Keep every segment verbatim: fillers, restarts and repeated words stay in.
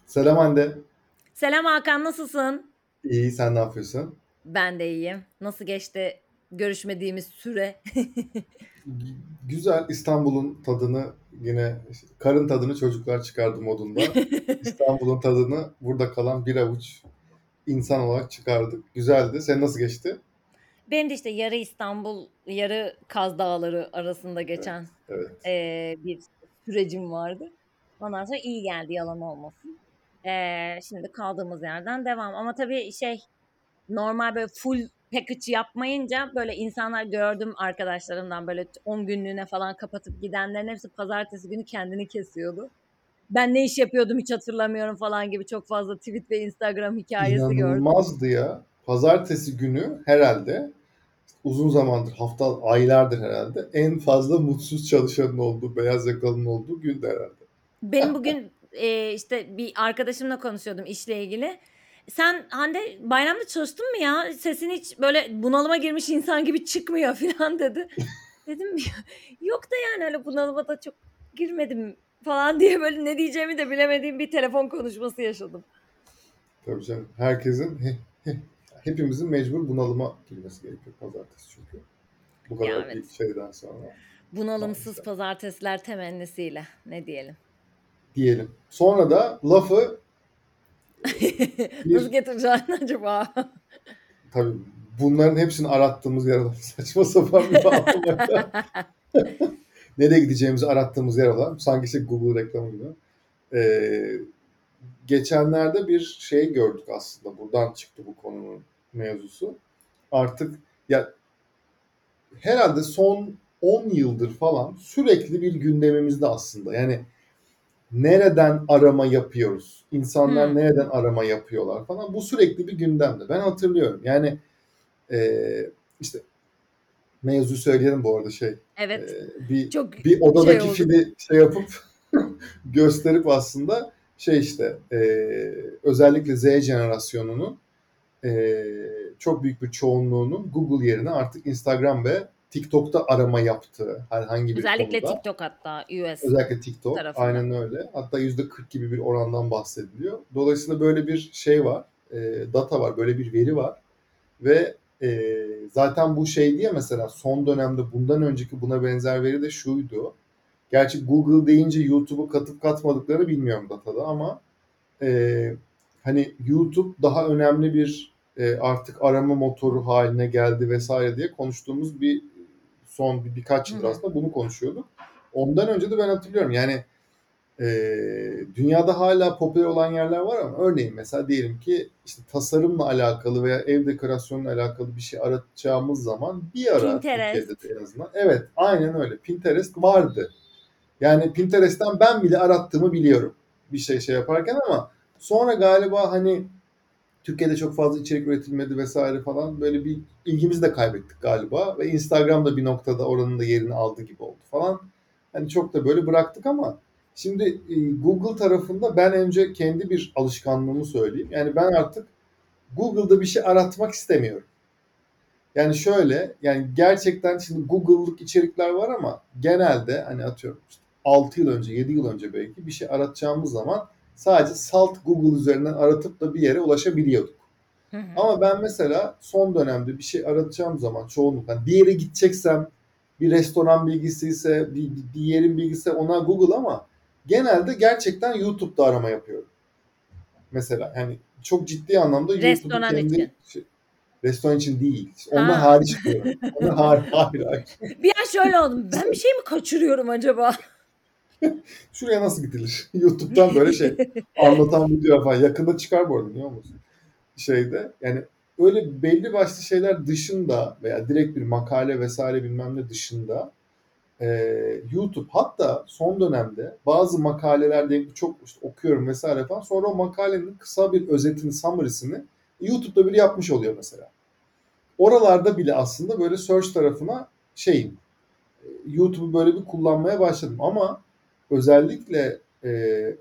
Selam Hande. Selam Hakan, nasılsın? İyi, sen ne yapıyorsun? Ben de iyiyim. Nasıl geçti görüşmediğimiz süre? G- Güzel. İstanbul'un tadını yine işte karın tadını çocuklar çıkardı modunda. İstanbul'un tadını burada kalan bir avuç insan olarak çıkardık. Güzeldi. Sen nasıl geçti? Benim de işte yarı İstanbul, yarı Kaz Dağları arasında Evet, geçen evet. eee, bir sürecim vardı. Ondan sonra iyi geldi, yalan olmasın. Eee, şimdi kaldığımız yerden devam. Ama tabii şey, normal böyle full package yapmayınca böyle insanlar gördüm arkadaşlarımdan böyle on günlüğüne falan kapatıp gidenlerin hepsi pazartesi günü kendini kesiyordu. Ben ne iş yapıyordum hiç hatırlamıyorum falan gibi çok fazla tweet ve Instagram hikayesi gördüm. İnanılmazdı ya. Pazartesi günü herhalde uzun zamandır, hafta, aylardır herhalde en fazla mutsuz çalışanın olduğu, beyaz yakalının olduğu gündü herhalde. Benim bugün e, işte bir arkadaşımla konuşuyordum işle ilgili. Sen Hande bayramda çalıştın mı ya? Sesin hiç böyle bunalıma girmiş insan gibi çıkmıyor falan dedi. Dedim yok da yani öyle bunalıma da çok girmedim falan diye böyle ne diyeceğimi de bilemediğim bir telefon konuşması yaşadım. Tabii canım. Herkesin, he- he- hepimizin mecbur bunalıma girmesi gerekiyor pazartesi çünkü. Bu Ya kadar bir evet. şeyden sonra Bunalımsız maalesef pazartesiler temennisiyle ne diyelim. diyelim. Sonra da lafı Nasıl bir getireceğin acaba? tabii bunların hepsini arattığımız yer olan saçma sapan bir bağlamayla nereye gideceğimizi arattığımız yer olan sanki işte Google reklamı gibi. Ee, Geçenlerde bir şey gördük aslında. Buradan çıktı bu konunun mevzusu. Artık ya herhalde son on yıldır falan sürekli bir gündemimizde aslında. Yani nereden arama yapıyoruz? İnsanlar Hımm. nereden arama yapıyorlar falan. Bu sürekli bir gündemde. Ben hatırlıyorum. Yani e, işte mevzu söyleyelim bu arada şey. e, Evet. bir Çok bir şey odadaki olduk. fili şey yapıp gösterip aslında şey işte e, özellikle Z jenerasyonunun e, çok büyük bir çoğunluğunun Google yerine artık Instagram ve TikTok'ta arama yaptığı herhangi bir Özellikle konuda. TikTok hatta U S Özellikle TikTok. tarafında. Aynen öyle. Hatta yüzde kırk gibi bir orandan bahsediliyor. Dolayısıyla böyle bir şey var. E, data var. Böyle bir veri var. Ve e, zaten bu şey diye mesela son dönemde bundan önceki buna benzer veri de şuydu. Gerçi Google deyince YouTube'u katıp katmadıklarını bilmiyorum datada ama e, hani YouTube daha önemli bir e, artık arama motoru haline geldi vesaire diye konuştuğumuz bir son bir, birkaç Hı yıldır hı. aslında bunu konuşuyorduk. Ondan önce de ben hatırlıyorum yani e, dünyada hala popüler olan yerler var ama örneğin mesela diyelim ki işte tasarımla alakalı veya ev dekorasyonuyla alakalı bir şey aratacağımız zaman bir ara Türkiye'de de Pinterest. en azından evet aynen öyle Pinterest vardı. Yani Pinterest'ten ben bile arattığımı biliyorum bir şey şey yaparken ama sonra galiba hani Türkiye'de çok fazla içerik üretilmedi vesaire falan böyle bir ilgimizi de kaybettik galiba ve Instagram'da bir noktada oranın da yerini aldı gibi oldu falan. Hani çok da böyle bıraktık ama şimdi e, Google tarafında ben önce kendi bir alışkanlığımı söyleyeyim. Yani ben artık Google'da bir şey aratmak istemiyorum. Yani şöyle yani gerçekten şimdi Google'lık içerikler var ama genelde hani atıyorum işte altı yıl önce yedi yıl önce belki bir şey aratacağımız zaman sadece salt Google üzerinden aratıp da bir yere ulaşabiliyorduk. Hı hı. Ama ben mesela son dönemde bir şey aratacağım zaman çoğunlukla yani bir yere gideceksem bir restoran bilgisi ise bir, bir yerin bilgisi ona Google ama genelde gerçekten YouTube'da arama yapıyorum. Mesela yani çok ciddi anlamda YouTube'u Restoran kendi için. şey, restoran için değil. Onlar Ha. hariç diyorum. Onlar har hayır hayır. Bir an şöyle oldum. Ben bir şey mi kaçırıyorum acaba? Şuraya nasıl gidilir? YouTube'dan böyle şey anlatan video falan. Yakında çıkar bu arada biliyor musun? Şeyde yani öyle belli başlı şeyler dışında veya direkt bir makale vesaire bilmem ne dışında e, YouTube hatta son dönemde bazı makalelerde çok işte okuyorum vesaire falan sonra o makalenin kısa bir özetini, summary'sini YouTube'da biri yapmış oluyor mesela. Oralarda bile aslında böyle search tarafına şeyim YouTube'u böyle bir kullanmaya başladım ama özellikle e,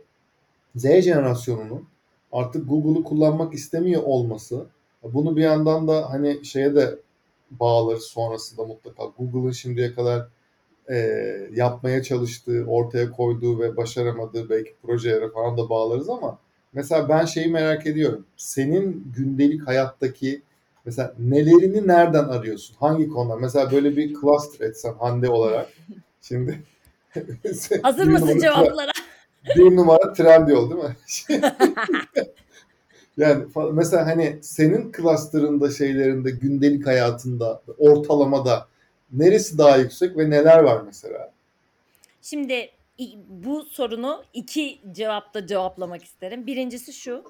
Z jenerasyonunun artık Google'u kullanmak istemiyor olması bunu bir yandan da hani şeye de bağlarız sonrasında mutlaka. Google'ın şimdiye kadar e, yapmaya çalıştığı, ortaya koyduğu ve başaramadığı belki projelere falan da bağlarız ama Mesela ben şeyi merak ediyorum. Senin gündelik hayattaki mesela nelerini nereden arıyorsun? Hangi konular? Mesela böyle bir cluster etsen Hande olarak. Şimdi Hazır bir mısın numara tre- cevaplara? bir numara Trendyol değil mi? Yani fa- mesela hani senin cluster'ında şeylerinde gündelik hayatında ortalamada neresi daha yüksek ve neler var mesela? Şimdi i- bu sorunu iki cevapta cevaplamak isterim. Birincisi şu.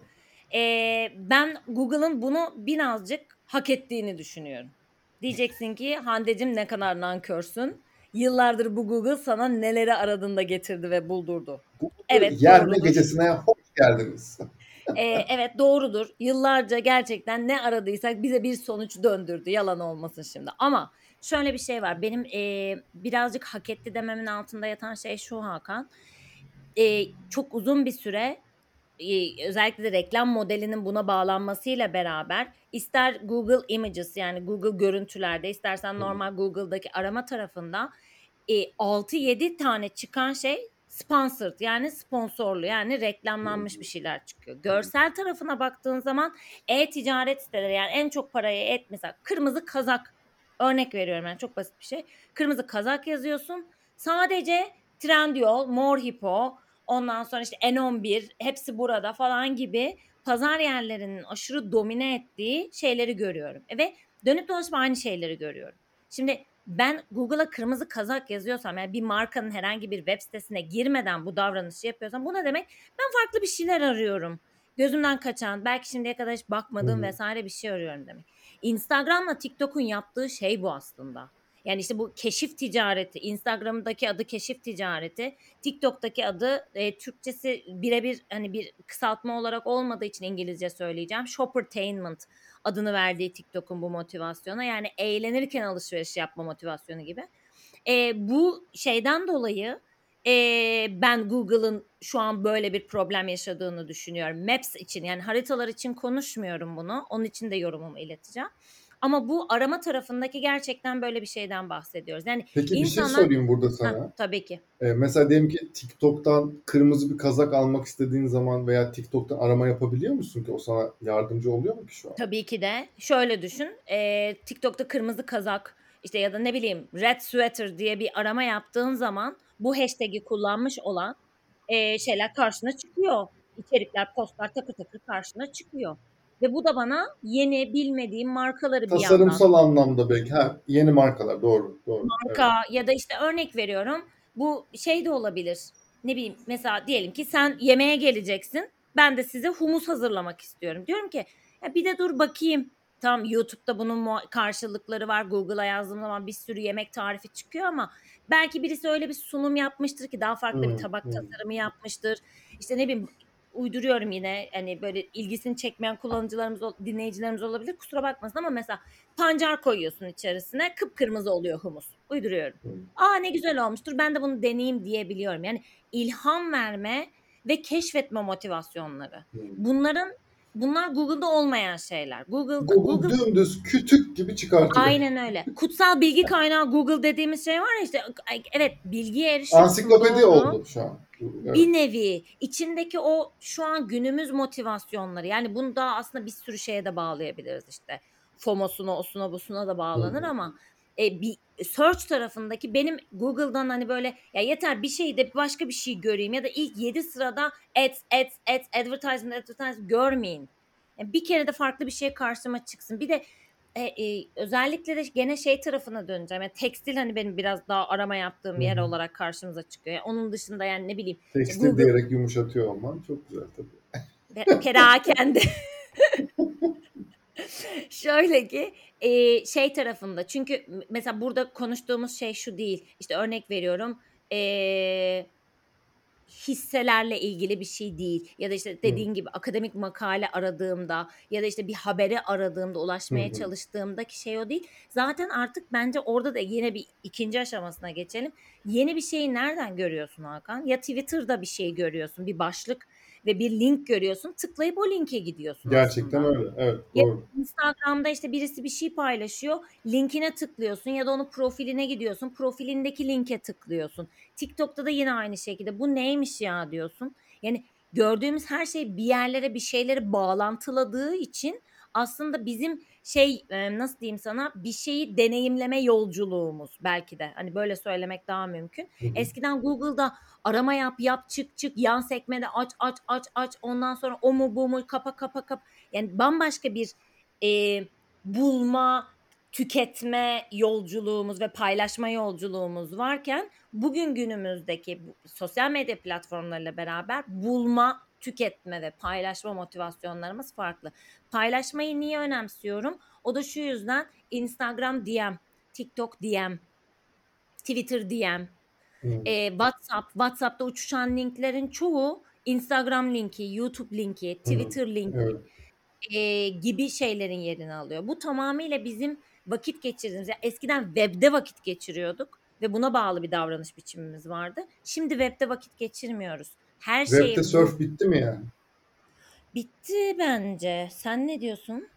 eee, ben Google'ın bunu birazcık hak ettiğini düşünüyorum. Diyeceksin ki Hande'cim ne kadar nankörsün. Yıllardır bu Google sana neleri aradığında getirdi ve buldurdu. Google Evet Yerme doğrudur. Gecesi'ne hoş geldiniz. Eee, evet doğrudur. Yıllarca gerçekten ne aradıysak bize bir sonuç döndürdü. Yalan olmasın şimdi. Ama şöyle bir şey var. Benim eee, birazcık hak etti dememin altında yatan şey şu Hakan. Eee, çok uzun bir süre eee, özellikle de reklam modelinin buna bağlanmasıyla beraber ister Google Images yani Google görüntülerde istersen Hı hı. normal Google'daki arama tarafında eee, altı yedi tane çıkan şey sponsored yani sponsorlu yani reklamlanmış bir şeyler çıkıyor. Görsel tarafına baktığın zaman e-ticaret siteleri yani en çok parayı et mesela kırmızı kazak örnek veriyorum yani çok basit bir şey. Kırmızı kazak yazıyorsun. Sadece Trendyol, Mor Hippo, ondan sonra işte N on bir hepsi burada falan gibi pazar yerlerinin aşırı domine ettiği şeyleri görüyorum. E ve dönüp dolaşıp aynı şeyleri görüyorum. Şimdi ben Google'a kırmızı kazak yazıyorsam yani bir markanın herhangi bir web sitesine girmeden bu davranışı yapıyorsam bu ne demek? Ben farklı bir şeyler arıyorum. Gözümden kaçan, belki şimdiye kadar hiç Hı bakmadığım hı. vesaire bir şey arıyorum demek. Instagram'la TikTok'un yaptığı şey bu aslında. Yani işte bu keşif ticareti, Instagram'daki adı keşif ticareti, TikTok'taki adı e, Türkçesi birebir hani bir kısaltma olarak olmadığı için İngilizce söyleyeceğim. Shoppertainment adını verdiği TikTok'un bu motivasyona yani eğlenirken alışveriş yapma motivasyonu gibi. E, bu şeyden dolayı e, ben Google'ın şu an böyle bir problem yaşadığını düşünüyorum. Maps için yani haritalar için konuşmuyorum bunu. Onun için de yorumumu ileteceğim. Ama bu arama tarafındaki gerçekten böyle bir şeyden bahsediyoruz. Yani Peki bir şey insanlar... sorayım burada Heh, sana. tabii ki. Ee, mesela diyelim ki TikTok'tan kırmızı bir kazak almak istediğin zaman veya TikTok'tan arama yapabiliyor musun ki o sana yardımcı oluyor mu ki şu an? Tabii ki de. Şöyle düşün. eee, TikTok'ta kırmızı kazak işte ya da ne bileyim red sweater diye bir arama yaptığın zaman bu hashtag'i kullanmış olan eee, şeyler karşına çıkıyor. İçerikler, postlar takır takır karşına çıkıyor. Ve bu da bana yeni bilmediğim markaları bir yandan Tasarımsal anlamda belki. Ha, yeni markalar doğru doğru. Evet. marka ya da işte örnek veriyorum. Bu şey de olabilir. Ne bileyim mesela diyelim ki sen yemeğe geleceksin. Ben de size humus hazırlamak istiyorum. Diyorum ki ya bir de dur bakayım. Tamam YouTube'da bunun muha- karşılıkları var. Google'a yazdığım zaman bir sürü yemek tarifi çıkıyor ama belki birisi öyle bir sunum yapmıştır ki daha Hı farklı bir tabak hı. tasarımı yapmıştır. İşte ne bileyim uyduruyorum yine hani böyle ilgisini çekmeyen kullanıcılarımız, ol- dinleyicilerimiz olabilir. Kusura bakmasın ama mesela pancar koyuyorsun içerisine kıpkırmızı oluyor humus. Uyduruyorum. Hı Aa ne güzel olmuştur ben de bunu deneyeyim diyebiliyorum. Yani ilham verme ve keşfetme motivasyonları. hı. Bunların bunlar Google'da olmayan şeyler. Google Google Google dümdüz kütük gibi çıkartıyor. aynen öyle. Kutsal bilgi kaynağı Google dediğimiz şey var ya işte evet bilgiye erişiyorsun Ansiklopedi doğru. oldu şu an. Evet. Bir nevi içindeki o şu an günümüz motivasyonları yani bunu daha aslında bir sürü şeye de bağlayabiliriz işte. FOMO'suna, osuna, busuna da Hı bağlanır hı. ama e, bir search tarafındaki benim Google'dan hani böyle ya yeter bir şey de başka bir şey göreyim ya da ilk yedi sırada ads, ads, ads, advertisement, advertisement görmeyin. Yani bir kere de farklı bir şey karşıma çıksın. Bir de e, e, özellikle de gene şey tarafına döneceğim. Yani tekstil hani benim biraz daha arama yaptığım Hı yer hı. olarak karşımıza çıkıyor. Yani onun dışında yani ne bileyim işte Tekstil Google diyerek yumuşatıyor olman çok güzel tabii. pe- perakende şöyle ki e, şey tarafında çünkü m- mesela burada konuştuğumuz şey şu değil. İşte örnek veriyorum. E, hisselerle ilgili bir şey değil ya da işte Hı dediğin gibi akademik makale aradığımda ya da işte bir habere aradığımda hı. ulaşmaya Hı. çalıştığımdaki şey o değil. Zaten artık bence orada da yine bir ikinci aşamasına geçelim. Yeni bir şeyi nereden görüyorsun Hakan? Ya Twitter'da bir şey görüyorsun, bir başlık ve bir link görüyorsun. Tıklayıp o linke gidiyorsun Gerçekten aslında. öyle. Evet Ya doğru. Instagram'da işte birisi bir şey paylaşıyor. Linkine tıklıyorsun ya da onun profiline gidiyorsun. Profilindeki linke tıklıyorsun. TikTok'ta da yine aynı şekilde. Bu neymiş ya diyorsun. Yani gördüğümüz her şey bir yerlere, bir şeyleri bağlantıladığı için aslında bizim şey, eee, nasıl diyeyim sana, bir şeyi deneyimleme yolculuğumuz belki de. Hani, böyle söylemek daha mümkün. Hı hı. Eskiden Google'da arama yap, yap, çık, çık, yan sekmede aç, aç, aç, aç, ondan sonra o mu, bu mu, kapa, kapa, kapa. Yani bambaşka bir, eee, bulma, tüketme yolculuğumuz ve paylaşma yolculuğumuz varken bugün günümüzdeki bu sosyal medya platformlarıyla beraber bulma, tüketme ve paylaşma motivasyonlarımız farklı. Paylaşmayı niye önemsiyorum? O da şu yüzden: Instagram D M, TikTok D M, Twitter D M, Hımm. eee, WhatsApp, WhatsApp'ta uçuşan linklerin çoğu Instagram linki, YouTube linki, Hı hı. Twitter linki, Evet. eee, gibi şeylerin yerini alıyor. Bu tamamıyla bizim vakit geçirdiğimiz, ya eskiden web'de vakit geçiriyorduk ve buna bağlı bir davranış biçimimiz vardı. Şimdi web'de vakit geçirmiyoruz. Her Web'de şeyi bul surf bitti mi yani? Bitti bence. Sen ne diyorsun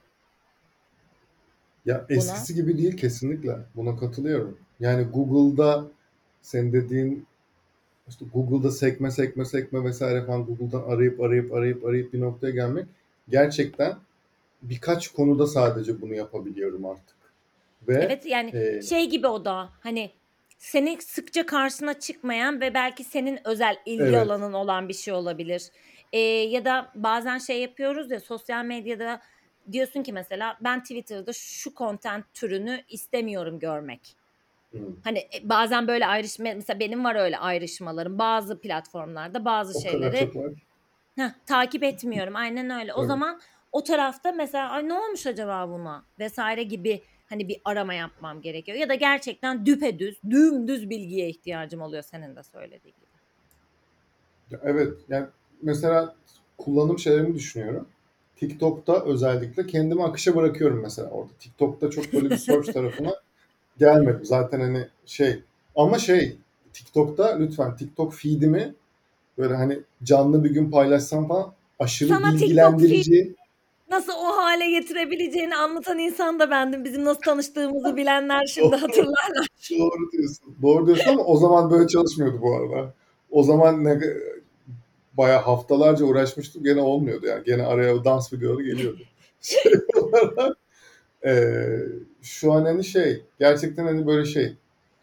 Ya, buna? eskisi gibi değil kesinlikle. Buna katılıyorum. Yani Google'da senin dediğin, işte, Google'da sekme, sekme, sekme vesaire falan Google'dan arayıp, arayıp, arayıp, arayıp bir noktaya gelmek gerçekten birkaç konuda sadece bunu yapabiliyorum artık ve, Evet, yani, eee şey gibi o da, hani, senin sıkça karşına çıkmayan ve belki senin özel ilgi Evet. alanın olan bir şey olabilir. Eee, ya da bazen şey yapıyoruz ya, sosyal medyada diyorsun ki mesela, ben Twitter'da şu content türünü istemiyorum görmek. Hımm. Hani, e, bazen böyle ayrışma, mesela benim var öyle ayrışmalarım. Bazı platformlarda bazı O kadar şeyleri çok var ki. Heh, takip etmiyorum. Aynen öyle. O Evet. zaman o tarafta mesela, "Ay, ne olmuş acaba buna?" vesaire gibi, hani, bir arama yapmam gerekiyor ya da gerçekten düpedüz, dümdüz bilgiye ihtiyacım oluyor senin de söylediğin gibi. Ya, evet. Yani, mesela kullanım şeylerimi düşünüyorum. TikTok'ta özellikle kendimi akışa bırakıyorum mesela orada. TikTok'ta çok böyle bir search tarafına gelmedim. Zaten, hani, şey ama şey, TikTok'ta lütfen TikTok feed'imi böyle, hani, canlı bir gün paylaşsam falan aşırı Sana TikTok feed bilgilendirici. nasıl o hâle getirebileceğini anlatan insan da bendim. Bizim nasıl tanıştığımızı bilenler şimdi Doğru, hatırlarlar. doğru diyorsun. Doğru diyorsun ama o zaman böyle çalışmıyordu bu arada. O zaman ne bayağı haftalarca uğraşmıştım, gene olmuyordu yani. Gene araya dans videoları geliyordu. Şey olarak, eee, şu an, hani, şey, gerçekten, hani, böyle şey,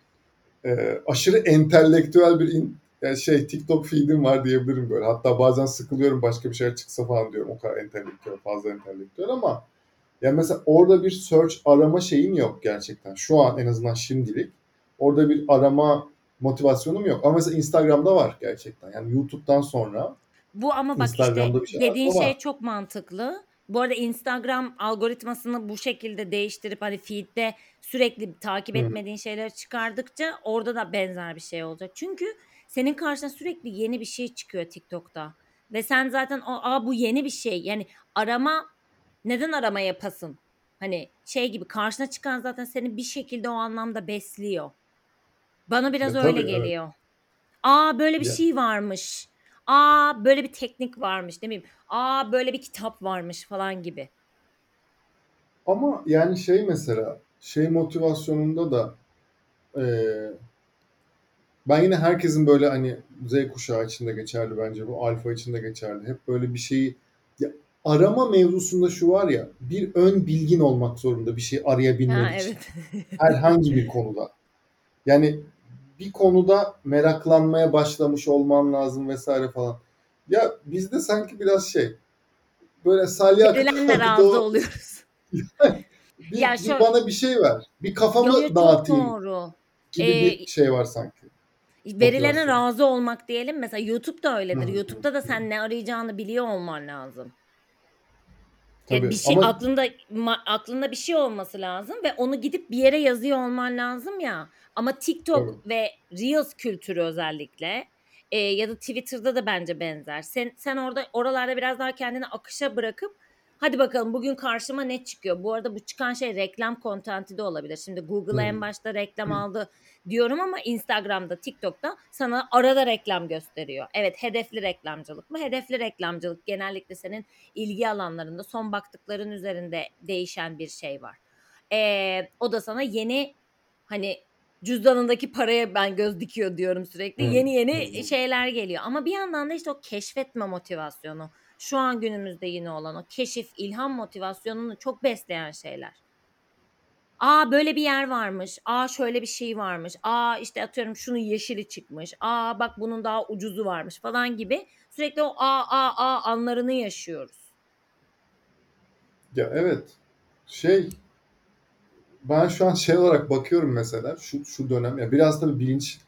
eee, aşırı entelektüel bir in yani, şey, TikTok feed'im var diyebilirim böyle. Hatta bazen sıkılıyorum, başka bir şeyler çıksa falan diyorum. O kadar entelektüel, fazla entelektüel ama ya, mesela orada bir search arama şeyim yok gerçekten. Şu an en azından şimdilik. Orada bir arama motivasyonum yok ama mesela Instagram'da var gerçekten. Yani YouTube'dan sonra Bu ama bak, işte, Instagram'da bir şey dediğin arama şey var. çok mantıklı. Bu arada Instagram algoritmasını bu şekilde değiştirip, hani, feed'de sürekli takip Hı hı. etmediğin şeyleri çıkardıkça orada da benzer bir şey olacak. Çünkü senin karşına sürekli yeni bir şey çıkıyor TikTok'ta ve sen zaten o, "A, bu yeni bir şey." Yani arama, neden arama yapasın? Hani, şey gibi, karşına çıkan zaten seni bir şekilde o anlamda besliyor. Bana biraz Ya, öyle tabii, evet. geliyor. "A, böyle bir Ya, şey varmış. A, böyle bir teknik varmış." Ne bileyim, "A, böyle bir kitap varmış." falan gibi. ama yani şey mesela, şey motivasyonunda da, eee, ben yine herkesin böyle, hani, Z kuşağı için de geçerli bence bu, alfa için de geçerli. Hep böyle bir şeyi ya, arama mevzusunda şu var ya, bir ön bilgin olmak zorunda bir şeyi arayabilmen Ha, için. evet. Herhangi bir konuda. Yani bir konuda meraklanmaya başlamış olman lazım vesaire falan. Ya bizde sanki biraz şey, böyle Salya Verilenle razı Doğu oluyoruz. bir, Ya, bir şö bana bir şey ver, bir Yo, yo, kafamı çok dağıtayım doğru. gibi bir Eee şey var sanki, Verilene motivasyon. razı olmak diyelim. Mesela YouTube da Hı öyledir. hı, hı YouTube'da da hı. sen ne arayacağını biliyor olman lazım. Ya, bir Tabii şey ama aklında ma aklında bir şey olması lazım ve onu gidip bir yere yazıyor olman lazım ya. Ama tabii. TikTok ve Reels kültürü özellikle, eee, ya da Twitter'da da bence benzer. Sen sen orada oralarda biraz daha kendini akışa bırakıp, "Hadi bakalım bugün karşıma ne çıkıyor?" Bu arada bu çıkan şey reklam content'i de olabilir. Şimdi Hı Google hı. en başta reklam aldı diyorum ama Instagram'da, TikTok'ta sana arada reklam gösteriyor. Evet, hedefli reklamcılık mı? Hedefli reklamcılık genellikle senin ilgi alanlarında, son baktıkların üzerinde değişen bir şey var. Eee, o da sana yeni, hani, cüzdanındaki paraya ben göz dikiyor diyorum sürekli. Hı, Yeni hı, yeni hı. şeyler geliyor ama bir yandan da işte o keşfetme motivasyonu, şu an günümüzde yine olan o keşif, ilham motivasyonunu çok besleyen şeyler. A, böyle bir yer varmış. A, şöyle bir şey varmış. A, işte atıyorum şunun yeşili çıkmış. A, bak bunun daha ucuzu varmış falan gibi sürekli o A, A, A anlarını yaşıyoruz. Ya evet. Şey, ben şu an şey olarak bakıyorum mesela şu şu dönem ya biraz tabii bilinç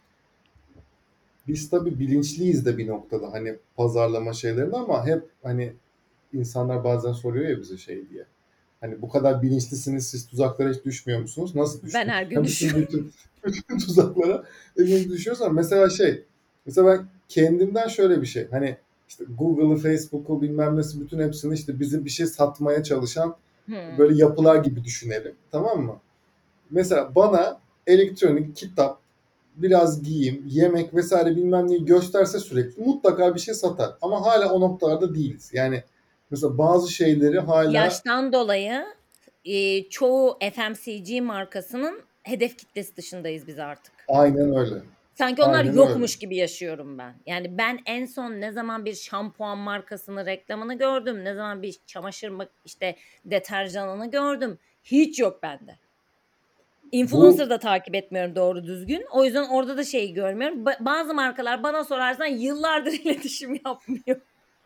biz tabii bilinçliyiz de bir noktada hani pazarlama şeylerinde ama hep hani insanlar bazen soruyor ya bize şey diye. Hani bu kadar bilinçlisiniz siz tuzaklara hiç düşmüyor musunuz? Nasıl Ben düştük? her gün Ya bütün düşüyorum. bütün bütün tuzaklara hepimiz düşüyoruz ama mesela şey mesela ben kendimden şöyle bir şey hani işte Google'ı, Facebook'u bilmem nesi bütün hepsini işte bize bir şey satmaya çalışan Hımm. böyle yapılar gibi düşünelim. Tamam mı? Mesela bana elektronik, kitap, biraz giyim, yemek vesaire bilmem neyi gösterse sürekli mutlaka bir şey satar. Ama hala o noktalarda değiliz. Yani mesela bazı şeyleri hala Yaştan dolayı, eee, çoğu F M C G markasının hedef kitlesi dışındayız biz artık. aynen öyle. Sanki onlar Aynen öyle. yokmuş gibi yaşıyorum ben. Yani ben en son ne zaman bir şampuan markasının reklamını gördüm, ne zaman bir çamaşır mak işte deterjanını gördüm, hiç yok bende. Bu Influencer da takip etmiyorum doğru düzgün. O yüzden orada da şeyi görmüyorum. Ba bazı markalar bana sorarsan yıllardır iletişim yapmıyor.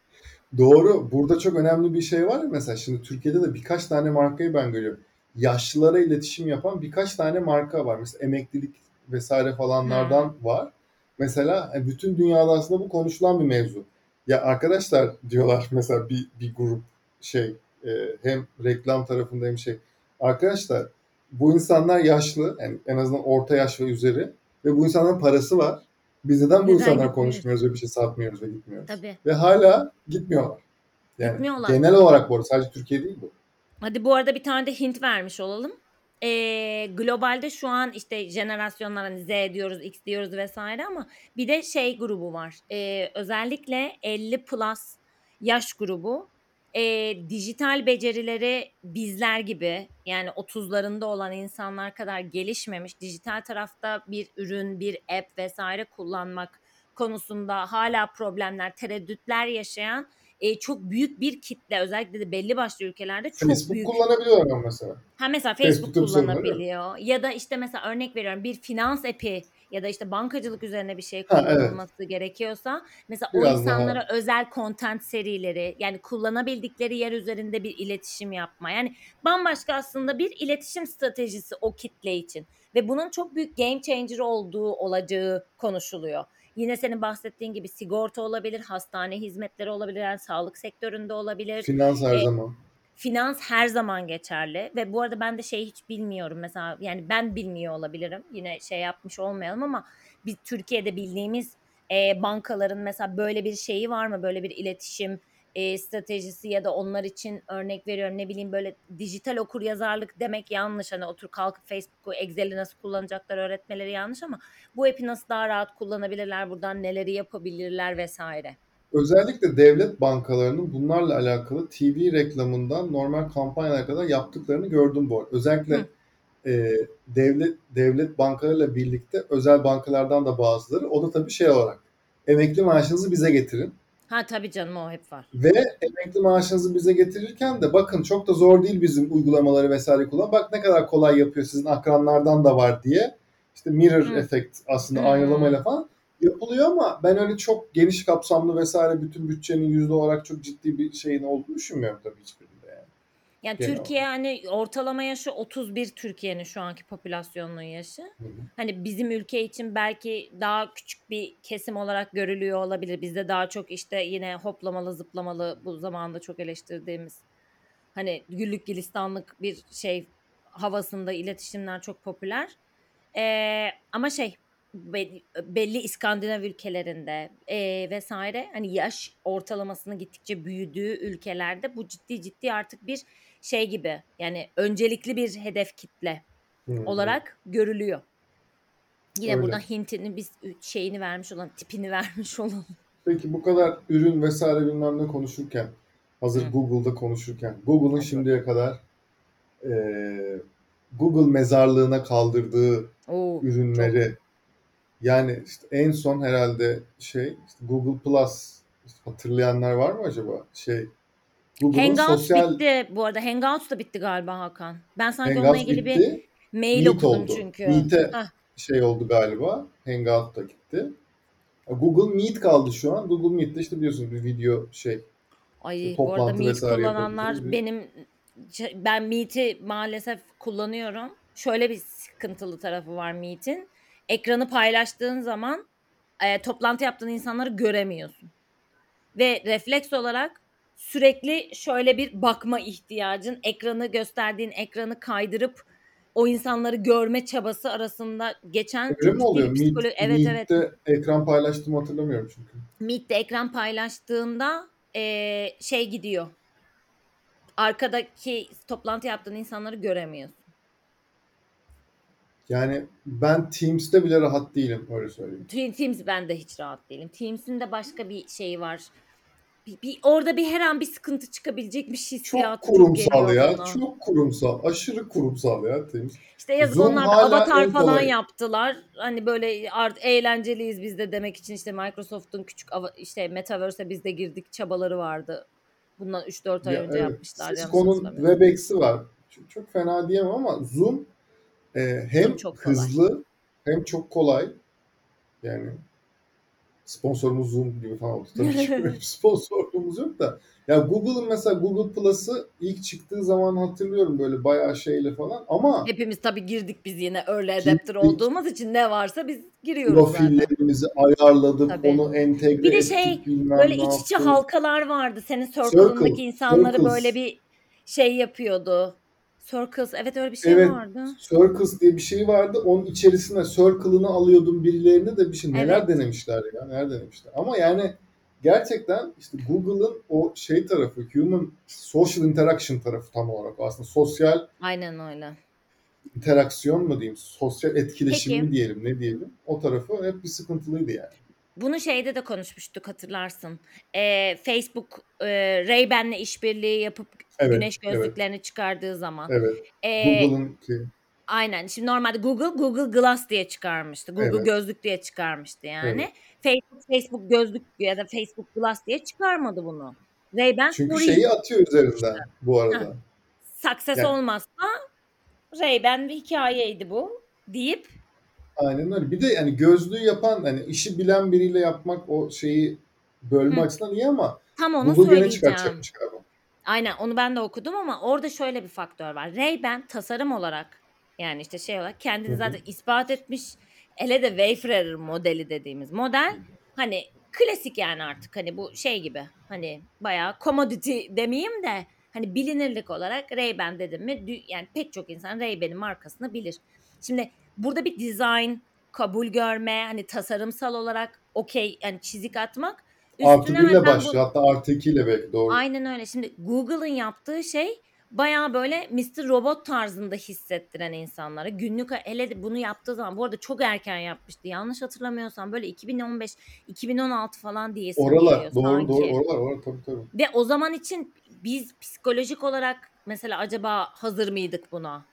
doğru. Burada çok önemli bir şey var ya mesela şimdi Türkiye'de de birkaç tane markayı ben görüyorum. Yaşlılara iletişim yapan birkaç tane marka var. Mesela emeklilik vesaire falanlardan Hımm. var. Mesela e, bütün dünyada aslında bu konuşulan bir mevzu. Ya arkadaşlar diyorlar mesela bir, bir grup şey e, hem reklam tarafında hem şey. Arkadaşlar bu insanlar yaşlı yani en azından orta yaş ve üzeri ve bu insanların parası var. Biz neden bu Neden insanlar gitmiyoruz? konuşmuyoruz ve bir şey satmıyoruz ve gitmiyoruz? Tabii. Ve hala gitmiyorlar. Yani Gitmiyorlar. genel olarak bu arada sadece Türkiye değil bu. Hadi bu arada bir tane de hint vermiş olalım. Eee, globalde şu an, işte, jenerasyonlar, hani, Z diyoruz, X diyoruz vesaire ama bir de şey grubu var. Eee, özellikle elli plus yaş grubu, eee, dijital becerileri bizler gibi, yani otuzlarında olan insanlar kadar gelişmemiş, dijital tarafta bir ürün, bir app vesaire kullanmak konusunda hâlâ problemler, tereddütler yaşayan Eee, çok büyük bir kitle, özellikle de belli başlı ülkelerde çok Facebook büyük. kullanabiliyorlar ama mesela. Ha, mesela Facebook Facebook'ta bir sorunları yok. kullanabiliyor ya da, işte, mesela örnek veriyorum, bir finans app'i ya da, işte, bankacılık üzerine bir şey Ha evet. kullanılması gerekiyorsa mesela o Biraz daha insanlara özel content serileri, yani kullanabildikleri yer üzerinde bir iletişim yapma, yani bambaşka aslında bir iletişim stratejisi o kitle için ve bunun çok büyük game changer olduğu, olacağı konuşuluyor. Yine senin bahsettiğin gibi sigorta olabilir, hastane hizmetleri olabilir, yani sağlık sektöründe olabilir. finans her Eee zaman. Finans her zaman geçerli ve bu arada ben de şeyi hiç bilmiyorum mesela, yani ben bilmiyor olabilirim, yine şey yapmış olmayalım ama biz Türkiye'de bildiğimiz, eee, bankaların mesela böyle bir şeyi var mı? Böyle bir iletişim, eee, stratejisi ya da onlar için örnek veriyorum, ne bileyim, böyle dijital okuryazarlık demek yanlış. Hani oturup kalkıp Facebook'u, Excel'i nasıl kullanacaklar öğretmeleri yanlış ama bu app'i nasıl daha rahat kullanabilirler, buradan neleri yapabilirler vesaire. Özellikle devlet bankalarının bunlarla alakalı T V reklamından normal kampanyalara kadar yaptıklarını gördüm bu arada. Özellikle Hıh. e, devlet devlet bankalarıyla birlikte özel bankalardan da bazıları. O da tabii şey olarak emekli maaşınızı bize getirin. Ha, tabii canım, o hep var. Ve emekli maaşınızı bize getirirken de bakın çok da zor değil bizim uygulamaları vesaire kullan. Bak ne kadar kolay yapıyor sizin akranlardan da var diye. İşte mirror Hıh. efekt aslında Hımm. aynalamayla falan yapılıyor ama ben öyle çok geniş kapsamlı vesaire bütün bütçenin yüzde olarak çok ciddi bir şeyin olduğunu düşünmüyorum tabii hiçbirinde yani Yani, genel Türkiye, olarak. hani, ortalama yaşı otuz bir Türkiye'nin şu anki popülasyonunun yaşı. Hı hı. Hani, bizim ülke için belki daha küçük bir kesim olarak görülüyor olabilir. Bizde daha çok, işte, yine hoplamalı, zıplamalı, bu zamanda çok eleştirdiğimiz, hani, güllük gülistanlık bir şey havasında iletişimler çok popüler. Eee, ama şey, be belli İskandinav ülkelerinde, eee, vesaire, hani, yaş ortalamasının gittikçe büyüdüğü ülkelerde bu ciddi ciddi artık bir şey gibi, yani, öncelikli bir hedef kitle Hı hı. olarak görülüyor. Yine Öyle. buradan hintini biz ü şeyini vermiş olalım, tipini vermiş olalım. Peki bu kadar ürün vesaire bilmem ne konuşurken hazır Hıh. Google'da konuşurken Google'un Hadi şimdiye bakalım. kadar eee Google mezarlığına kaldırdığı Oo, çok. ürünleri, yani işte en son herhalde şey işte Google Plus, işte hatırlayanlar var mı acaba? Şey Google'ın Hangouts sosyal bitti bu arada. Hangouts da bitti galiba Hakan. Ben sanki onunla Hangouts ilgili bir bitti. mail Meet okudum oldu. çünkü. Meet'e Hah. şey oldu galiba. Hangout da gitti. Google Meet kaldı şu an. Google Meet'te işte biliyorsunuz bir video şey işte Ay bu arada toplantı Meet vesaire yapabileceğiniz kullananlar bir benim ben Meet'i maalesef kullanıyorum. Şöyle bir sıkıntılı tarafı var Meet'in. Ekranı paylaştığın zaman e, toplantı yaptığın insanları göremiyorsun. Ve refleks olarak sürekli şöyle bir bakma ihtiyacın, ekranı gösterdiğin ekranı kaydırıp o insanları görme çabası arasında geçen öyle çok mi ciddi oluyor? bir Meet, psikolo evet evet. Meet'te ekran paylaştığımı hatırlamıyorum çünkü. Meet'te ekran paylaştığında eee, şey gidiyor. Arkadaki toplantı yaptığın insanları göremiyorsun. Yani ben Teams'te bile rahat değilim öyle söyleyeyim. Te- Teams ben de hiç rahat değilim. Teams'in de başka bir şeyi var. Bir, bir- orada bir her an bir sıkıntı çıkabilecekmiş Çok hissiyatı çok kurumsal geliyor ya. bana. Çok kurumsal. Aşırı kurumsal ya Teams. İşte yazık Zoom onlar da hala avatar en falan kolay. yaptılar. Hani böyle art eğlenceliyiz biz de demek için işte Microsoft'un küçük ava- işte Metaverse'e biz de girdik çabaları vardı. Bundan üç dört ay Ya önce evet. yapmışlar yanlış Cisco'nun hatırlamıyorsam. Webex'i var. Çok, çok fena diyemem ama Zoom e, Zoom hem çok kolay. hızlı hem çok kolay. Yani sponsorumuz Zoom gibi falan oldu. Tabii ki öyle bir sponsorluğumuz yok da. Ya Google'ın mesela Google Plus'ı ilk çıktığı zaman hatırlıyorum böyle bayağı şeyle falan ama Hepimiz tabii girdik biz yine early adapter girdik, olduğumuz için ne varsa biz giriyoruz zaten. profillerimizi ayarladık, Tabii. onu Bir entegre de ettik, şey böyle bilmem ne iç içe yaptık. halkalar vardı. Senin Circle, circle'ındaki insanları böyle Circles. bir şey yapıyordu. Circles evet öyle bir şey Evet, vardı. Circles diye bir şey vardı. Onun içerisine Circle'ını alıyordum birilerini de bir şey. Neler Evet. denemişler ya, neler denemişler. Ama yani gerçekten işte Google'ın o şey tarafı, human social interaction tarafı tam olarak aslında sosyal Aynen öyle. interaksiyon mu diyeyim, sosyal etkileşim mi Peki diyelim, ne diyelim. O tarafı hep bir sıkıntılıydı yani. bunu şeyde de konuşmuştuk hatırlarsın. Ee, Facebook e, Ray-Ban'le işbirliği yapıp Evet, güneş evet, gözlüklerini çıkardığı zaman. evet. Ee, Google'ın şey, aynen. Şimdi normalde Google Google Glass diye çıkarmıştı. Google evet, gözlük diye çıkarmıştı evet. yani. Facebook Facebook gözlük ya da Facebook Glass diye çıkarmadı bunu. Ray-Ban Çünkü for real şeyi atıyor işte. üzerinden bu Heh. arada. Success Yani olmazsa Ray-Ban bir hikayeydi bu deyip aynen öyle. Bir de yani gözlüğü yapan hani işi bilen biriyle yapmak o şeyi bölme hı, açısından iyi ama tam onu Google gene söyleyeceğim. çıkartacakmış galiba. Aynen onu ben de okudum ama orada şöyle bir faktör var. Ray-Ban tasarım olarak yani işte şey olarak Hı kendini hı. zaten ispat etmiş. Hele de Wayfarer modeli dediğimiz model hani klasik yani artık hani bu şey gibi hani bayağı commodity demeyeyim de hani bilinirlik olarak Ray-Ban dedim mi dü- yani pek çok insan Ray-Ban'in markasını bilir. Şimdi burada bir design kabul görme hani tasarımsal olarak okey yani çizik atmak Artı üstüne bir hani ile ben başlıyor. bu Hatta artı iki ile belki doğru. aynen öyle. Şimdi Google'ın yaptığı şey bayağı böyle mister Robot tarzında hissettiren insanlara. Günlük hele de bunu yaptığı zaman bu arada çok erken yapmıştı. Yanlış hatırlamıyorsam böyle iki bin on beş iki bin on altı falan diyesim Oralar. geliyor Doğru doğru. sanki. Oralar. Oralar. Tabii tabii. Ve o zaman için biz psikolojik olarak mesela acaba hazır mıydık buna?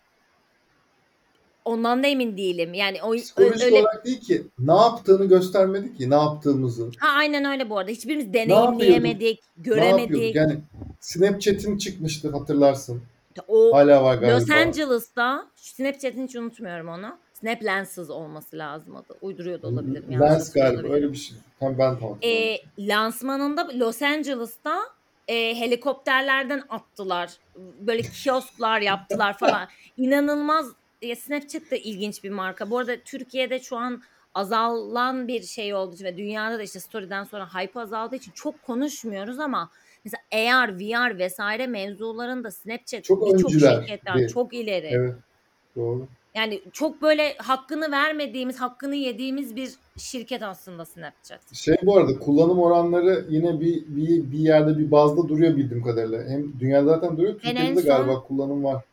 Ondan da emin değilim. Yani o ö- Psikolojik öyle olarak değil ki. Ne yaptığını göstermedik ki. Ne yaptığımızı. ha aynen öyle bu arada. Hiçbirimiz Ne yapıyorduk? deneyimleyemedik, Ne yapıyorduk? göremedik. Yani Snapchat'in çıkmıştı hatırlarsın. O Hala var Los galiba. Angeles'ta Snapchat'ini hiç unutmuyorum onu. Snap Lenses olması lazım adı. Uyduruyor da olabilirim, yanlış Lens hatırlıyor galiba. Öyle olabilirim. bir şey. Tam ben tam hatırlamadım. Eee, lansmanında Los Angeles'ta eee, helikopterlerden attılar. Böyle kiosklar yaptılar falan. İnanılmaz. Ya Snapchat de ilginç bir marka. Bu arada Türkiye'de şu an azalan bir şey olduğu için ve dünyada da işte story'den sonra hype azaldığı için çok konuşmuyoruz ama mesela A R, V R vesaire mevzularında Snapchat Çok birçok şirketten öncülerdi. çok ileri. Evet. Doğru. Yani çok böyle hakkını vermediğimiz, hakkını yediğimiz bir şirket aslında Snapchat. Şey bu arada kullanım oranları yine bir, bir, bir yerde bir bazda duruyor bildiğim kadarıyla. Hem dünyada zaten duruyor. Ben Türkiye'de en de son galiba kullanım var.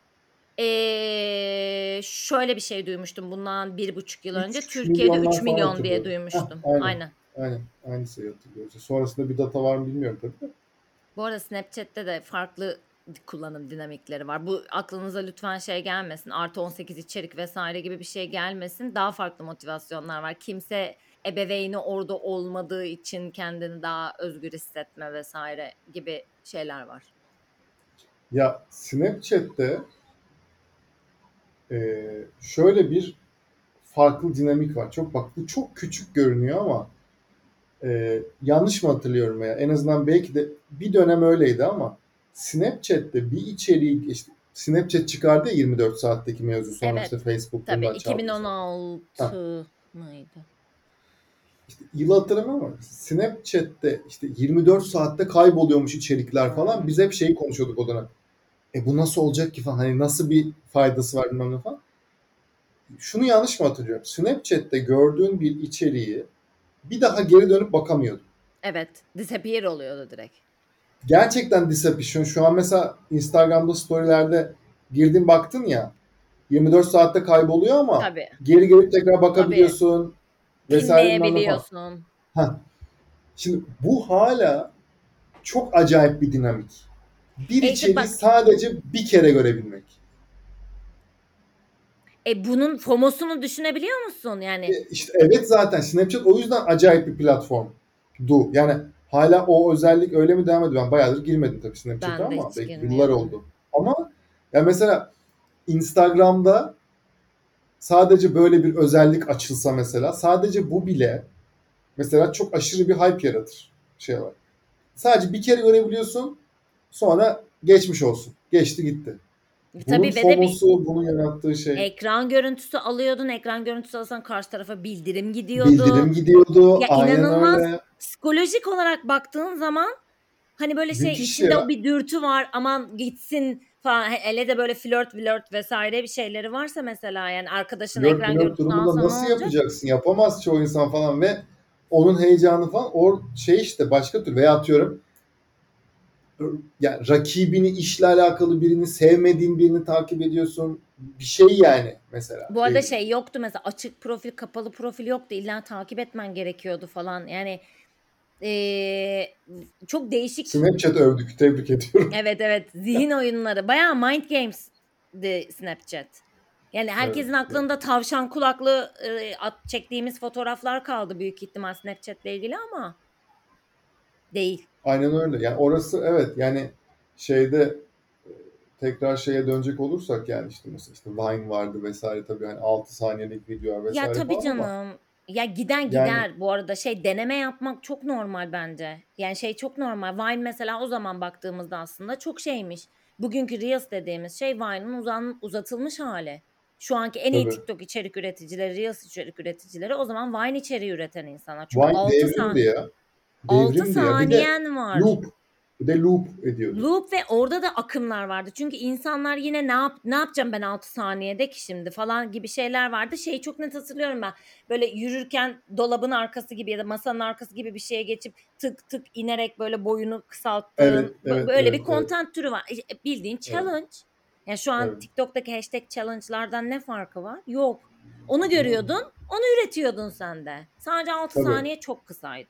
Eee, şöyle bir şey duymuştum bundan bir buçuk yıl önce. üç Türkiye'de üç milyonlar falan milyon diye hatırlıyorum. Heh, duymuştum. aynen. Aynen. Aynen. Aynı şeyi hatırlıyorum. Sonrasında bir data var mı bilmiyorum tabii de. Bu arada Snapchat'te de farklı kullanım dinamikleri var. Bu aklınıza lütfen şey gelmesin, artı on sekiz içerik vesaire gibi bir şey gelmesin. Daha farklı motivasyonlar var. Kimse ebeveyni orada olmadığı için kendini daha özgür hissetme vesaire gibi şeyler var. Ya Snapchat'te e, şöyle bir farklı dinamik var. Çok bak bu çok küçük görünüyor ama e, yanlış mı hatırlıyorum ya? En azından belki de bir dönem öyleydi ama Snapchat'te bir içeriği işte Snapchat çıkardı ya yirmi dört saatteki mevzu, sonra Evet. işte Facebook Tabii bundan çaldı sonra. Ha, iki bin on altı mıydı? işte yılı hatırlamıyorum ama Snapchat'te işte yirmi dört saatte kayboluyormuş içerikler falan. Hmm. Biz hep şeyi konuşuyorduk o dönem. E bu nasıl olacak ki falan, hani nasıl bir faydası var bilmem ne falan. Şunu yanlış mı hatırlıyorum? Snapchat'te gördüğün bir içeriği bir daha geri dönüp bakamıyordun. Evet. Disappear oluyordu direkt. Gerçekten disappear. Şu an mesela Instagram'da storylerde girdin baktın ya, yirmi dört saatte kayboluyor ama Tabii. geri gelip tekrar Tabii. bakabiliyorsun vesaire bilmem ne falan. Pinleyebiliyorsun. Heh. Şimdi bu hala çok acayip bir dinamik. Bir E işte içeriği bak, sadece bir kere görebilmek. e bunun FOMO'sunu düşünebiliyor musun? Yani E işte evet, zaten Snapchat o yüzden acayip bir platformdu. Yani hala o özellik öyle mi devam ediyor? Ben bayağıdır girmedim tabii Snapchat'e ben de ama hiç belki yıllar girmiyorum. oldu. Ama ya mesela Instagram'da sadece böyle bir özellik açılsa mesela, sadece bu bile mesela çok aşırı bir hype yaratır. Şey var. Sadece bir kere görebiliyorsun, sonra geçmiş olsun. Geçti gitti. Bunun Tabii ve de bir FOMO'su, bunun yarattığı şey. ekran görüntüsü alıyordun. Ekran görüntüsü alsan karşı tarafa bildirim gidiyordu. Bildirim gidiyordu. Ya Aynen inanılmaz, öyle. psikolojik olarak baktığın zaman hani böyle şey, Müthiş içinde o ya. bir dürtü var, aman gitsin falan. Hele de böyle flört flört vesaire bir şeyleri varsa mesela, yani arkadaşın Flört ekran flört görüntüsünü durumunda alsa ne nasıl olacak? yapacaksın? Yapamaz çoğu insan falan ve onun heyecanı falan o şey işte başka türlü, veya atıyorum yani rakibini, işle alakalı birini, sevmediğin birini takip ediyorsun. Bir şey yani mesela. Bu arada Değil. şey yoktu mesela, açık profil kapalı profil yoktu, illa takip etmen gerekiyordu falan yani. Ee, çok değişik. Snapchat övdük. Tebrik ediyorum. Evet evet, zihin oyunları bayağı mind games'di Snapchat. Yani Evet. herkesin aklında tavşan kulaklı e, at çektiğimiz fotoğraflar kaldı büyük ihtimal Snapchat'le ilgili ama değil. Aynen öyle. Yani orası evet, yani şeyde e, tekrar şeye dönecek olursak, yani işte mesela işte Vine vardı vesaire, tabii hani altı saniyelik video Ya vesaire tabii falan ama canım. Ya giden yani gider. Bu arada şey, deneme yapmak çok normal bence. Yani şey çok normal. Vine mesela o zaman baktığımızda aslında çok şeymiş. Bugünkü Reels dediğimiz şey Vine'ın uzan, uzatılmış hali. Şu anki en iyi tabii TikTok içerik üreticileri, Reels içerik üreticileri o zaman Vine içeriği üreten insanlar. Çünkü Vine altı devrimdi saniye ya. altı Devrimdi ya. Bir de saniyen var. loop. Bir de loop ediyordu. Loop ve orada da akımlar vardı. Çünkü insanlar yine ne yap ne yapacağım ben altı saniyede ki şimdi falan gibi şeyler vardı. Şeyi çok net hatırlıyorum ben. Böyle yürürken dolabın arkası gibi ya da masanın arkası gibi bir şeye geçip tık tık inerek böyle boyunu Evet, kısalttığın bö- evet, böyle bir evet, evet, content türü var. E, Bildiğin evet, challenge. Yani şu an evet. TikTok'taki hashtag challenge'lardan ne farkı var? Yok. Onu görüyordun, onu üretiyordun sen de. Sadece altı Tabii. saniye çok kısaydı.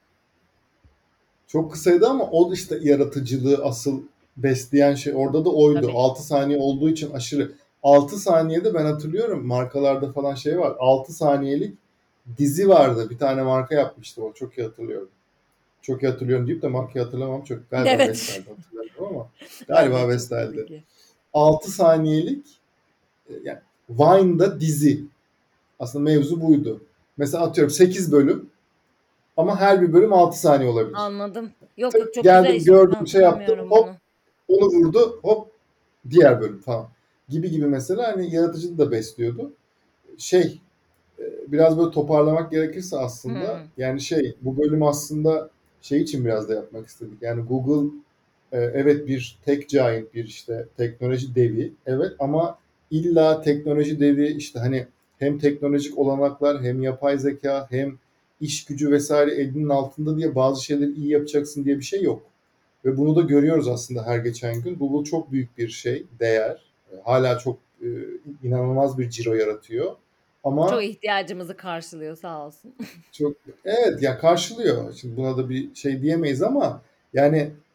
Çok kısaydı ama o işte yaratıcılığı asıl besleyen şey orada da oydu. Tabii. altı saniye olduğu için aşırı. altı saniyede ben hatırlıyorum markalarda falan şey var. altı saniyelik dizi vardı. Bir tane marka yapmıştı o. Çok iyi hatırlıyorum. Çok iyi hatırlıyorum deyip de markayı hatırlamam. Çok galiba Evet. Vestel'di, hatırlamıyorum ama Ben de galiba hiç yok Vestel'di. tabii ki. altı saniyelik e, yani Vine'da dizi. Aslında mevzu buydu. Mesela atıyorum sekiz bölüm ama her bir bölüm altı saniye olabilir. Anladım. Yok yok, Tık, çok güzel geldim işmiş. Ben gördüm şey yaptım, hatırlamıyorum hop bunu. onu vurdu, hop diğer bölüm falan. Gibi gibi mesela, hani yaratıcılığı da besliyordu. Şey e, biraz böyle toparlamak gerekirse aslında, Hımm. yani şey bu bölüm aslında şey için biraz da yapmak istedik. Yani Google e, evet bir tech giant, bir işte teknoloji devi, evet, ama illa teknoloji devi işte hani hem teknolojik olanaklar hem yapay zeka hem iş gücü vesaire elinin altında diye bazı şeyleri iyi yapacaksın diye bir şey yok. Ve bunu da görüyoruz aslında her geçen gün. Google çok büyük bir şey, değer. E, Hala çok e, inanılmaz bir ciro yaratıyor. Çoğu Ama ihtiyacımızı karşılıyor sağ olsun. çok evet ya, karşılıyor. Şimdi buna da bir şey diyemeyiz ama yani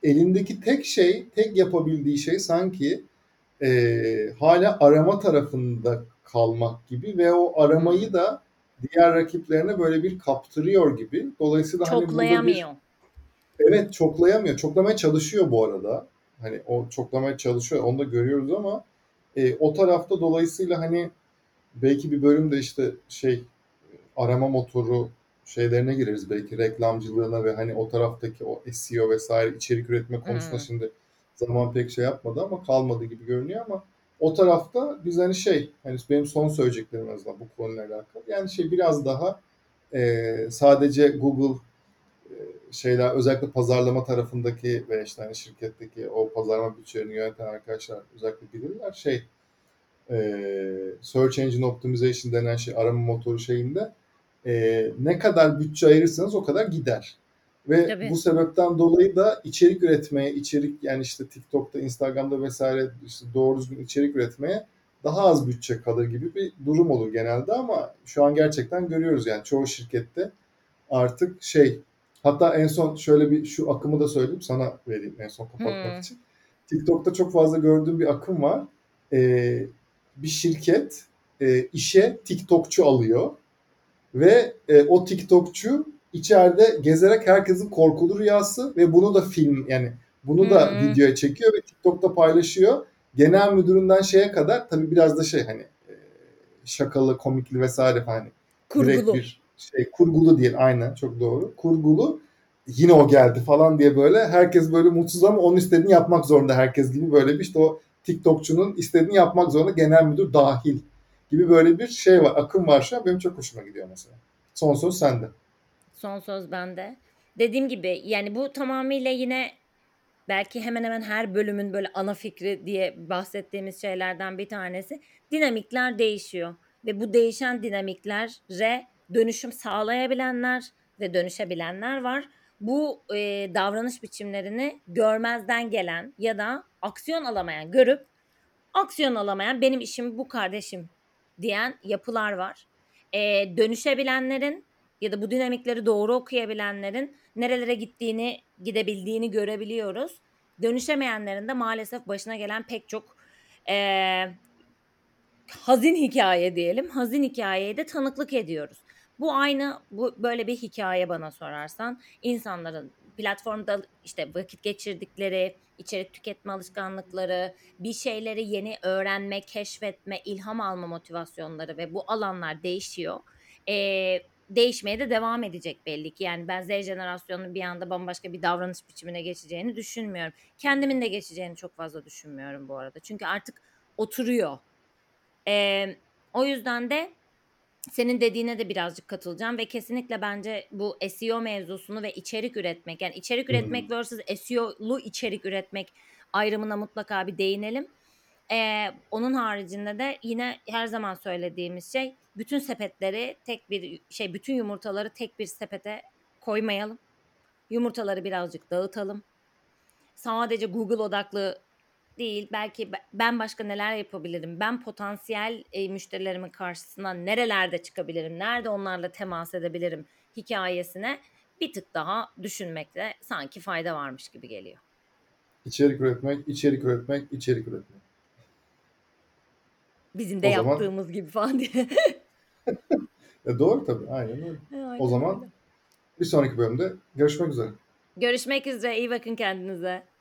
elindeki tek şey, tek yapabildiği şey sanki e, hala arama tarafında kalmak gibi ve o aramayı Hmm. da diğer rakiplerine böyle bir kaptırıyor gibi. Dolayısıyla hani burada bir Çoklayamıyor. evet çoklayamıyor. Çoklamaya çalışıyor bu arada. Hani o çoklamaya çalışıyor. Onu da görüyoruz ama e, o tarafta dolayısıyla hani belki bir bölümde işte şey arama motoru şeylerine gireriz belki reklamcılığına ve hani o taraftaki o S E O vesaire içerik üretme konusunda Hmm. şimdi zaman pek şey yapmadı ama kalmadı gibi görünüyor ama o tarafta biz hani şey hani benim son söyleyeceklerim en azından bu konuyla alakalı yani şey biraz daha e, sadece Google e, şeyler özellikle pazarlama tarafındaki ve işte hani şirketteki o pazarlama bütçelerini yöneten arkadaşlar özellikle bilirler şey e, Search Engine Optimization denen şey arama motoru şeyinde e, ne kadar bütçe ayırırsanız o kadar gider. Ve bu Tabii. sebepten dolayı da içerik üretmeye, içerik yani işte TikTok'ta, Instagram'da vesaire işte doğru düzgün içerik üretmeye daha az bütçe kalır gibi bir durum olur genelde ama şu an gerçekten görüyoruz yani çoğu şirkette artık şey hatta en son şöyle bir şu akımı da söyleyeyim sana vereyim en son kapatmak Hmm. için. TikTok'ta çok fazla gördüğüm bir akım var. Ee, bir şirket e, işe TikTokçu alıyor ve e, o TikTokçu içeride gezerek herkesin korkulu rüyası ve bunu da film yani bunu da Hmm. videoya çekiyor ve TikTok'ta paylaşıyor. Genel müdüründen şeye kadar tabii biraz da şey hani e, şakalı, komikli vesaire hani direkt Kurgulu. bir şey kurgulu değil aynen çok doğru. Kurgulu yine o geldi falan diye böyle herkes böyle mutsuz ama onun istediğini yapmak zorunda herkes gibi böyle bir işte o TikTokçunun istediğini yapmak zorunda genel müdür dahil gibi böyle bir şey var akım var şu an benim çok hoşuma gidiyor mesela. Son söz sende. Son söz bende. Dediğim gibi yani bu tamamıyla yine belki hemen hemen her bölümün böyle ana fikri diye bahsettiğimiz şeylerden bir tanesi. Dinamikler değişiyor ve bu değişen dinamiklere dönüşüm sağlayabilenler ve dönüşebilenler var. Bu e, davranış biçimlerini görmezden gelen ya da aksiyon alamayan, görüp aksiyon alamayan benim işim bu kardeşim diyen yapılar var. Eee, dönüşebilenlerin ya da bu dinamikleri doğru okuyabilenlerin nerelere gittiğini, gidebildiğini görebiliyoruz. Dönüşemeyenlerin de maalesef başına gelen pek çok, eee, hazin hikaye diyelim, hazin hikâyeye de tanıklık ediyoruz. Bu aynı, bu böyle bir hikaye bana sorarsan. İnsanların platformda, işte, vakit geçirdikleri, içerik tüketme alışkanlıkları, bir şeyleri yeni öğrenme, keşfetme, ilham alma motivasyonları ve bu alanlar değişiyor. Eee, değişmeye de devam edecek belli ki. Yani ben Z jenerasyonunun bir anda bambaşka bir davranış biçimine geçeceğini düşünmüyorum. Kendimin de geçeceğini çok fazla düşünmüyorum bu arada. Çünkü artık oturuyor. Emm, o yüzden de senin dediğine de birazcık katılacağım ve kesinlikle bence bu S E O mevzusunu ve içerik üretmek, yani içerik Hı hı. üretmek versus S E O'lu içerik üretmek ayrımına mutlaka bir değinelim. Eee, onun haricinde de yine her zaman söylediğimiz şey, bütün sepetleri tek bir şey, bütün yumurtaları tek bir sepete koymayalım. Yumurtaları birazcık dağıtalım. Sadece Google odaklı değil, belki be ben başka neler yapabilirim? Ben potansiyel, eee, müşterilerimin karşısına nerelerde çıkabilirim? Nerede onlarla temas edebilirim hikâyesine bir tık daha düşünmekte sanki fayda varmış gibi geliyor. İçerik üretmek, içerik üretmek, içerik üretmek. Bizim de O zaman yaptığımız gibi falan diye. e, doğru tabii aynen öyle. O Aynen zaman öyle. bir sonraki bölümde görüşmek üzere. Görüşmek üzere, iyi bakın kendinize.